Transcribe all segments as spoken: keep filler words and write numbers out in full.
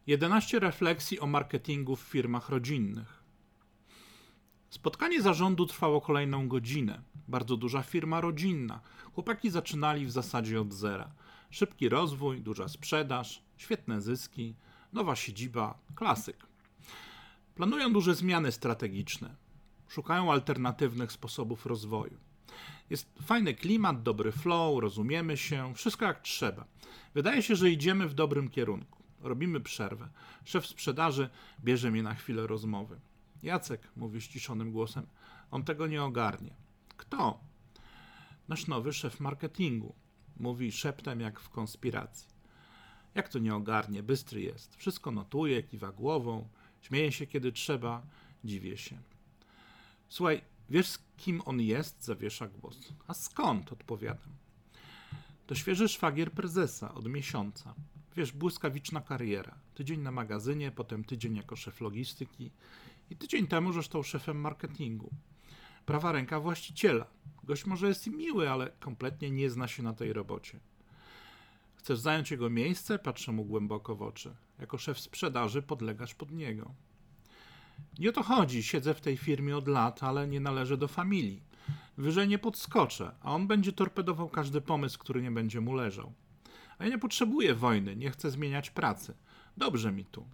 jedenaście refleksji o marketingu w firmach rodzinnych. Spotkanie zarządu trwało kolejną godzinę. Bardzo duża firma rodzinna. Chłopaki zaczynali w zasadzie od zera. Szybki rozwój, duża sprzedaż, świetne zyski, nowa siedziba, klasyk. Planują duże zmiany strategiczne. Szukają alternatywnych sposobów rozwoju. Jest fajny klimat, dobry flow, rozumiemy się, wszystko jak trzeba. Wydaje się, że idziemy w dobrym kierunku. Robimy przerwę. Szef sprzedaży bierze mnie na chwilę rozmowy. Jacek, mówi ściszonym głosem, on tego nie ogarnie. Kto? Nasz nowy szef marketingu. Mówi szeptem jak w konspiracji. Jak to nie ogarnie? Bystry jest. Wszystko notuje, kiwa głową, śmieje się kiedy trzeba, dziwię się. Słuchaj, wiesz z kim on jest? Zawiesza głos. A skąd? Odpowiadam. To świeży szwagier prezesa od miesiąca. Wiesz, błyskawiczna kariera. Tydzień na magazynie, potem tydzień jako szef logistyki i tydzień temu zresztą szefem marketingu. Prawa ręka właściciela. Gość może jest i miły, ale kompletnie nie zna się na tej robocie. Chcesz zająć jego miejsce? Patrzę mu głęboko w oczy. Jako szef sprzedaży podlegasz pod niego. Nie o to chodzi. Siedzę w tej firmie od lat, ale nie należę do familii. Wyżej nie podskoczę, a on będzie torpedował każdy pomysł, który nie będzie mu leżał. A ja nie potrzebuję wojny, nie chcę zmieniać pracy. Dobrze mi tu.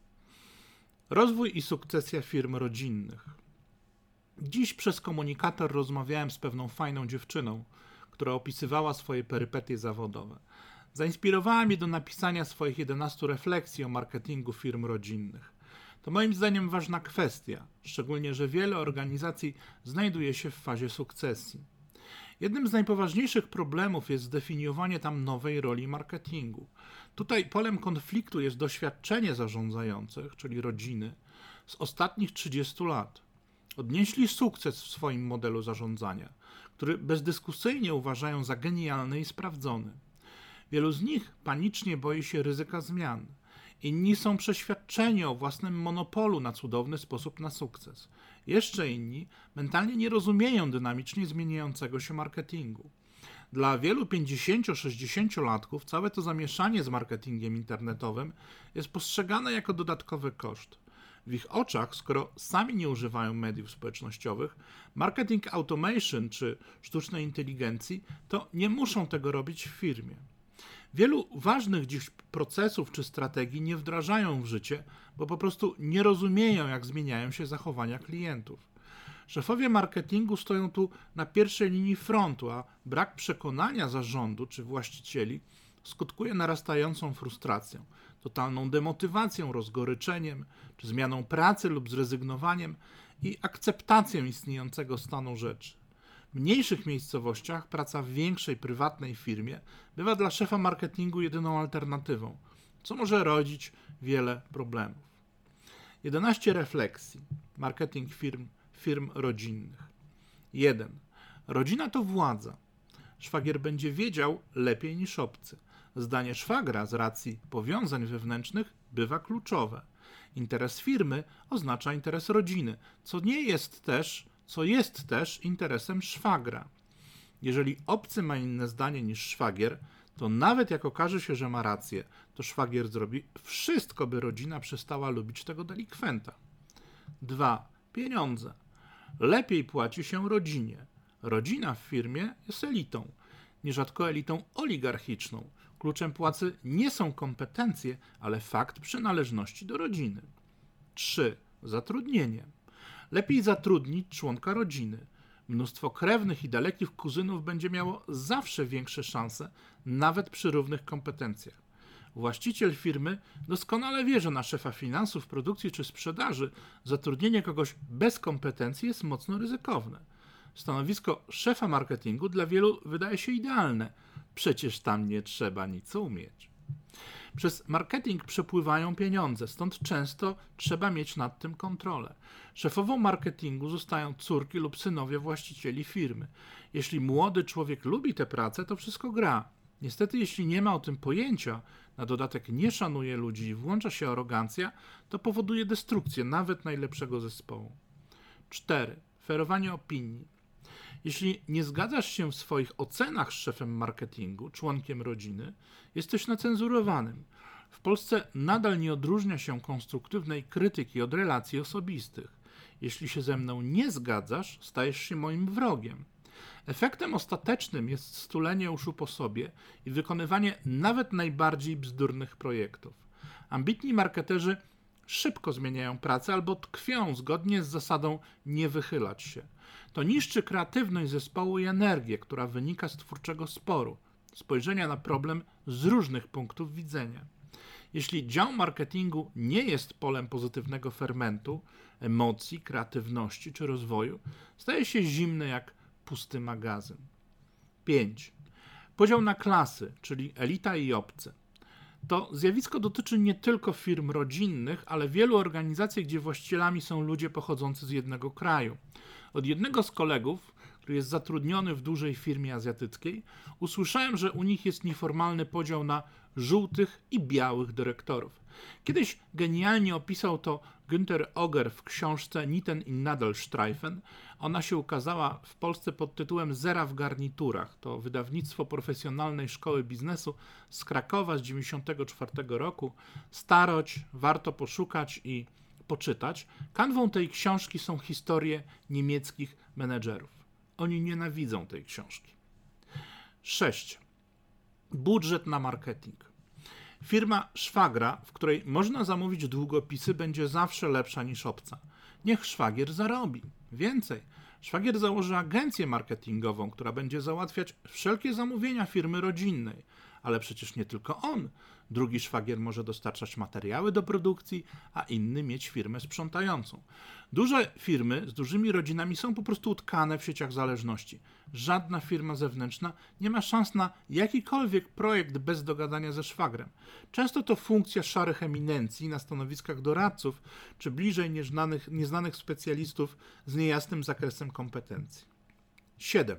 Rozwój i sukcesja firm rodzinnych. Dziś przez komunikator rozmawiałem z pewną fajną dziewczyną, która opisywała swoje perypetie zawodowe. Zainspirowała mnie do napisania swoich jedenastu refleksji o marketingu firm rodzinnych. To moim zdaniem ważna kwestia, szczególnie, że wiele organizacji znajduje się w fazie sukcesji. Jednym z najpoważniejszych problemów jest zdefiniowanie tam nowej roli marketingu. Tutaj polem konfliktu jest doświadczenie zarządzających, czyli rodziny, z ostatnich trzydziestu lat. Odnieśli sukces w swoim modelu zarządzania, który bezdyskusyjnie uważają za genialny i sprawdzony. Wielu z nich panicznie boi się ryzyka zmian. Inni są przeświadczeni o własnym monopolu na cudowny sposób na sukces. Jeszcze inni mentalnie nie rozumieją dynamicznie zmieniającego się marketingu. Dla wielu pięćdziesięcio-sześćdziesięciolatków całe to zamieszanie z marketingiem internetowym jest postrzegane jako dodatkowy koszt. W ich oczach, skoro sami nie używają mediów społecznościowych, marketing automation czy sztucznej inteligencji, to nie muszą tego robić w firmie. Wielu ważnych dziś procesów czy strategii nie wdrażają w życie, bo po prostu nie rozumieją, jak zmieniają się zachowania klientów. Szefowie marketingu stoją tu na pierwszej linii frontu, a brak przekonania zarządu czy właścicieli skutkuje narastającą frustracją, totalną demotywacją, rozgoryczeniem, czy zmianą pracy lub zrezygnowaniem i akceptacją istniejącego stanu rzeczy. W mniejszych miejscowościach praca w większej prywatnej firmie bywa dla szefa marketingu jedyną alternatywą, co może rodzić wiele problemów. jedenaście refleksji. Marketing firm, firm rodzinnych. jeden. Rodzina to władza. Szwagier będzie wiedział lepiej niż obcy. Zdanie szwagra z racji powiązań wewnętrznych bywa kluczowe. Interes firmy oznacza interes rodziny, co nie jest też co jest też interesem szwagra. Jeżeli obcy ma inne zdanie niż szwagier, to nawet jak okaże się, że ma rację, to szwagier zrobi wszystko, by rodzina przestała lubić tego delikwenta. dwa. Pieniądze. Lepiej płaci się rodzinie. Rodzina w firmie jest elitą, nierzadko elitą oligarchiczną. Kluczem płacy nie są kompetencje, ale fakt przynależności do rodziny. trzy. Zatrudnienie. Lepiej zatrudnić członka rodziny. Mnóstwo krewnych i dalekich kuzynów będzie miało zawsze większe szanse, nawet przy równych kompetencjach. Właściciel firmy doskonale wie, że na szefa finansów, produkcji czy sprzedaży zatrudnienie kogoś bez kompetencji jest mocno ryzykowne. Stanowisko szefa marketingu dla wielu wydaje się idealne. Przecież tam nie trzeba nic umieć. Przez marketing przepływają pieniądze, stąd często trzeba mieć nad tym kontrolę. Szefową marketingu zostają córki lub synowie właścicieli firmy. Jeśli młody człowiek lubi tę pracę, to wszystko gra. Niestety, jeśli nie ma o tym pojęcia, na dodatek nie szanuje ludzi i włącza się arogancja, to powoduje destrukcję nawet najlepszego zespołu. cztery. Ferowanie opinii. Jeśli nie zgadzasz się w swoich ocenach z szefem marketingu, członkiem rodziny, jesteś nacenzurowanym. W Polsce nadal nie odróżnia się konstruktywnej krytyki od relacji osobistych. Jeśli się ze mną nie zgadzasz, stajesz się moim wrogiem. Efektem ostatecznym jest stulenie uszu po sobie i wykonywanie nawet najbardziej bzdurnych projektów. Ambitni marketerzy szybko zmieniają pracę albo tkwią zgodnie z zasadą nie wychylać się. To niszczy kreatywność zespołu i energię, która wynika z twórczego sporu, spojrzenia na problem z różnych punktów widzenia. Jeśli dział marketingu nie jest polem pozytywnego fermentu, emocji, kreatywności czy rozwoju, staje się zimny jak pusty magazyn. pięć. Podział na klasy, czyli elita i obcy. To zjawisko dotyczy nie tylko firm rodzinnych, ale wielu organizacji, gdzie właścicielami są ludzie pochodzący z jednego kraju. Od jednego z kolegów, który jest zatrudniony w dużej firmie azjatyckiej, usłyszałem, że u nich jest nieformalny podział na żółtych i białych dyrektorów. Kiedyś genialnie opisał to Günther Oger w książce Nitten in Nadelstreifen. Ona się ukazała w Polsce pod tytułem Zera w garniturach. To wydawnictwo profesjonalnej szkoły biznesu z Krakowa z dziewięćdziesiątego czwartego roku. Starość, warto poszukać i poczytać. Kanwą tej książki są historie niemieckich menedżerów. Oni nienawidzą tej książki. sześć. Budżet na marketing. Firma szwagra, w której można zamówić długopisy, będzie zawsze lepsza niż obca. Niech szwagier zarobi. Więcej. Szwagier założy agencję marketingową, która będzie załatwiać wszelkie zamówienia firmy rodzinnej. Ale przecież nie tylko on. Drugi szwagier może dostarczać materiały do produkcji, a inny mieć firmę sprzątającą. Duże firmy z dużymi rodzinami są po prostu utkane w sieciach zależności. Żadna firma zewnętrzna nie ma szans na jakikolwiek projekt bez dogadania ze szwagrem. Często to funkcja szarych eminencji na stanowiskach doradców, czy bliżej nieznanych, nieznanych specjalistów z niejasnym zakresem kompetencji. siedem.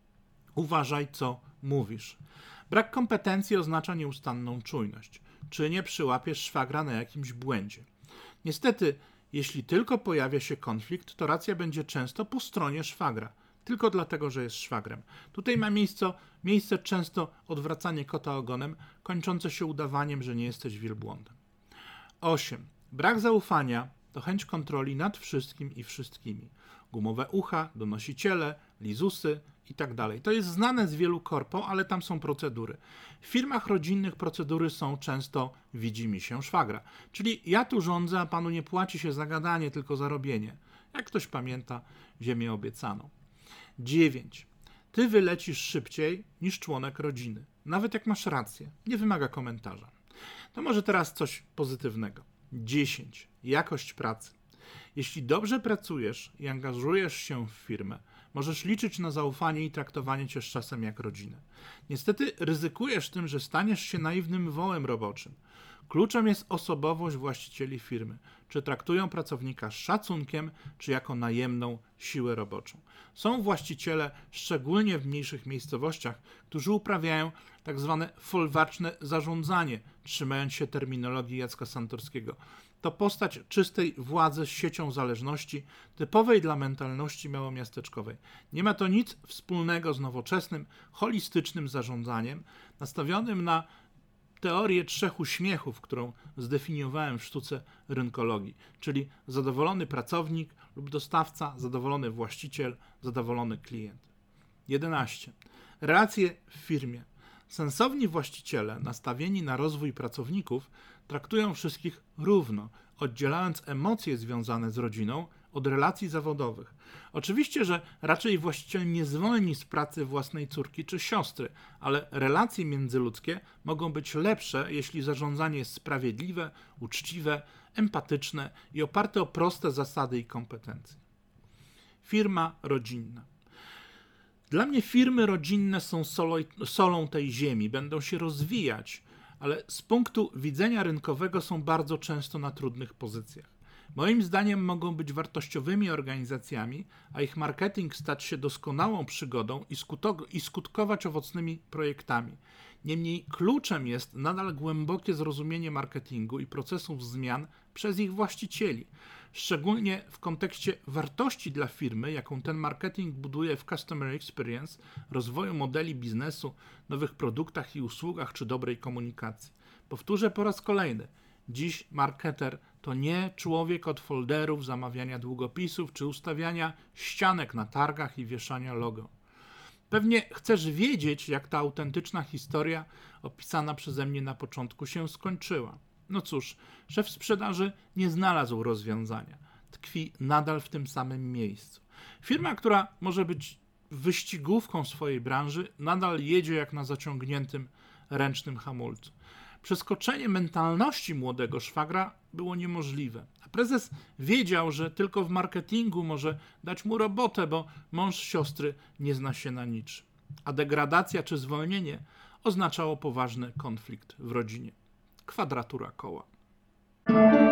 Uważaj, co mówisz. Brak kompetencji oznacza nieustanną czujność. Czy nie przyłapiesz szwagra na jakimś błędzie? Niestety, jeśli tylko pojawia się konflikt, to racja będzie często po stronie szwagra. Tylko dlatego, że jest szwagrem. Tutaj ma miejsce, miejsce często odwracanie kota ogonem, kończące się udawaniem, że nie jesteś wielbłądem. osiem. Brak zaufania to chęć kontroli nad wszystkim i wszystkimi. Gumowe ucha, donosiciele, lizusy i tak dalej. To jest znane z wielu korpo, ale tam są procedury. W firmach rodzinnych procedury są często widzi mi się szwagra. Czyli ja tu rządzę, a panu nie płaci się za gadanie, tylko za robienie. Jak ktoś pamięta ziemię obiecaną. dziewięć. Ty wylecisz szybciej niż członek rodziny. Nawet jak masz rację. Nie wymaga komentarza. To może teraz coś pozytywnego. dziesięć. Jakość pracy. Jeśli dobrze pracujesz i angażujesz się w firmę, możesz liczyć na zaufanie i traktowanie cię z czasem jak rodzinę. Niestety ryzykujesz tym, że staniesz się naiwnym wołem roboczym. Kluczem jest osobowość właścicieli firmy. Czy traktują pracownika z szacunkiem, czy jako najemną siłę roboczą. Są właściciele, szczególnie w mniejszych miejscowościach, którzy uprawiają tak zwane folwarczne zarządzanie, trzymając się terminologii Jacka Santorskiego. To postać czystej władzy z siecią zależności, typowej dla mentalności małomiasteczkowej. Nie ma to nic wspólnego z nowoczesnym, holistycznym zarządzaniem, nastawionym na teorię trzech uśmiechów, którą zdefiniowałem w sztuce rynkologii, czyli zadowolony pracownik lub dostawca, zadowolony właściciel, zadowolony klient. jedenaście. Relacje w firmie. Sensowni właściciele, nastawieni na rozwój pracowników, traktują wszystkich równo, oddzielając emocje związane z rodziną od relacji zawodowych. Oczywiście, że raczej właściciel nie zwolni z pracy własnej córki czy siostry, ale relacje międzyludzkie mogą być lepsze, jeśli zarządzanie jest sprawiedliwe, uczciwe, empatyczne i oparte o proste zasady i kompetencje. Firma rodzinna. Dla mnie firmy rodzinne są solą tej ziemi, będą się rozwijać, ale z punktu widzenia rynkowego są bardzo często na trudnych pozycjach. Moim zdaniem mogą być wartościowymi organizacjami, a ich marketing stać się doskonałą przygodą i, skuto- i skutkować owocnymi projektami. Niemniej kluczem jest nadal głębokie zrozumienie marketingu i procesów zmian przez ich właścicieli. Szczególnie w kontekście wartości dla firmy, jaką ten marketing buduje w customer experience, rozwoju modeli biznesu, nowych produktach i usługach czy dobrej komunikacji. Powtórzę po raz kolejny. Dziś marketer to nie człowiek od folderów, zamawiania długopisów czy ustawiania ścianek na targach i wieszania logo. Pewnie chcesz wiedzieć, jak ta autentyczna historia opisana przeze mnie na początku się skończyła. No cóż, szef sprzedaży nie znalazł rozwiązania. Tkwi nadal w tym samym miejscu. Firma, która może być wyścigówką swojej branży, nadal jedzie jak na zaciągniętym ręcznym hamulcu. Przeskoczenie mentalności młodego szwagra było niemożliwe. A prezes wiedział, że tylko w marketingu może dać mu robotę, bo mąż siostry nie zna się na niczym. A degradacja czy zwolnienie oznaczało poważny konflikt w rodzinie. Kwadratura koła.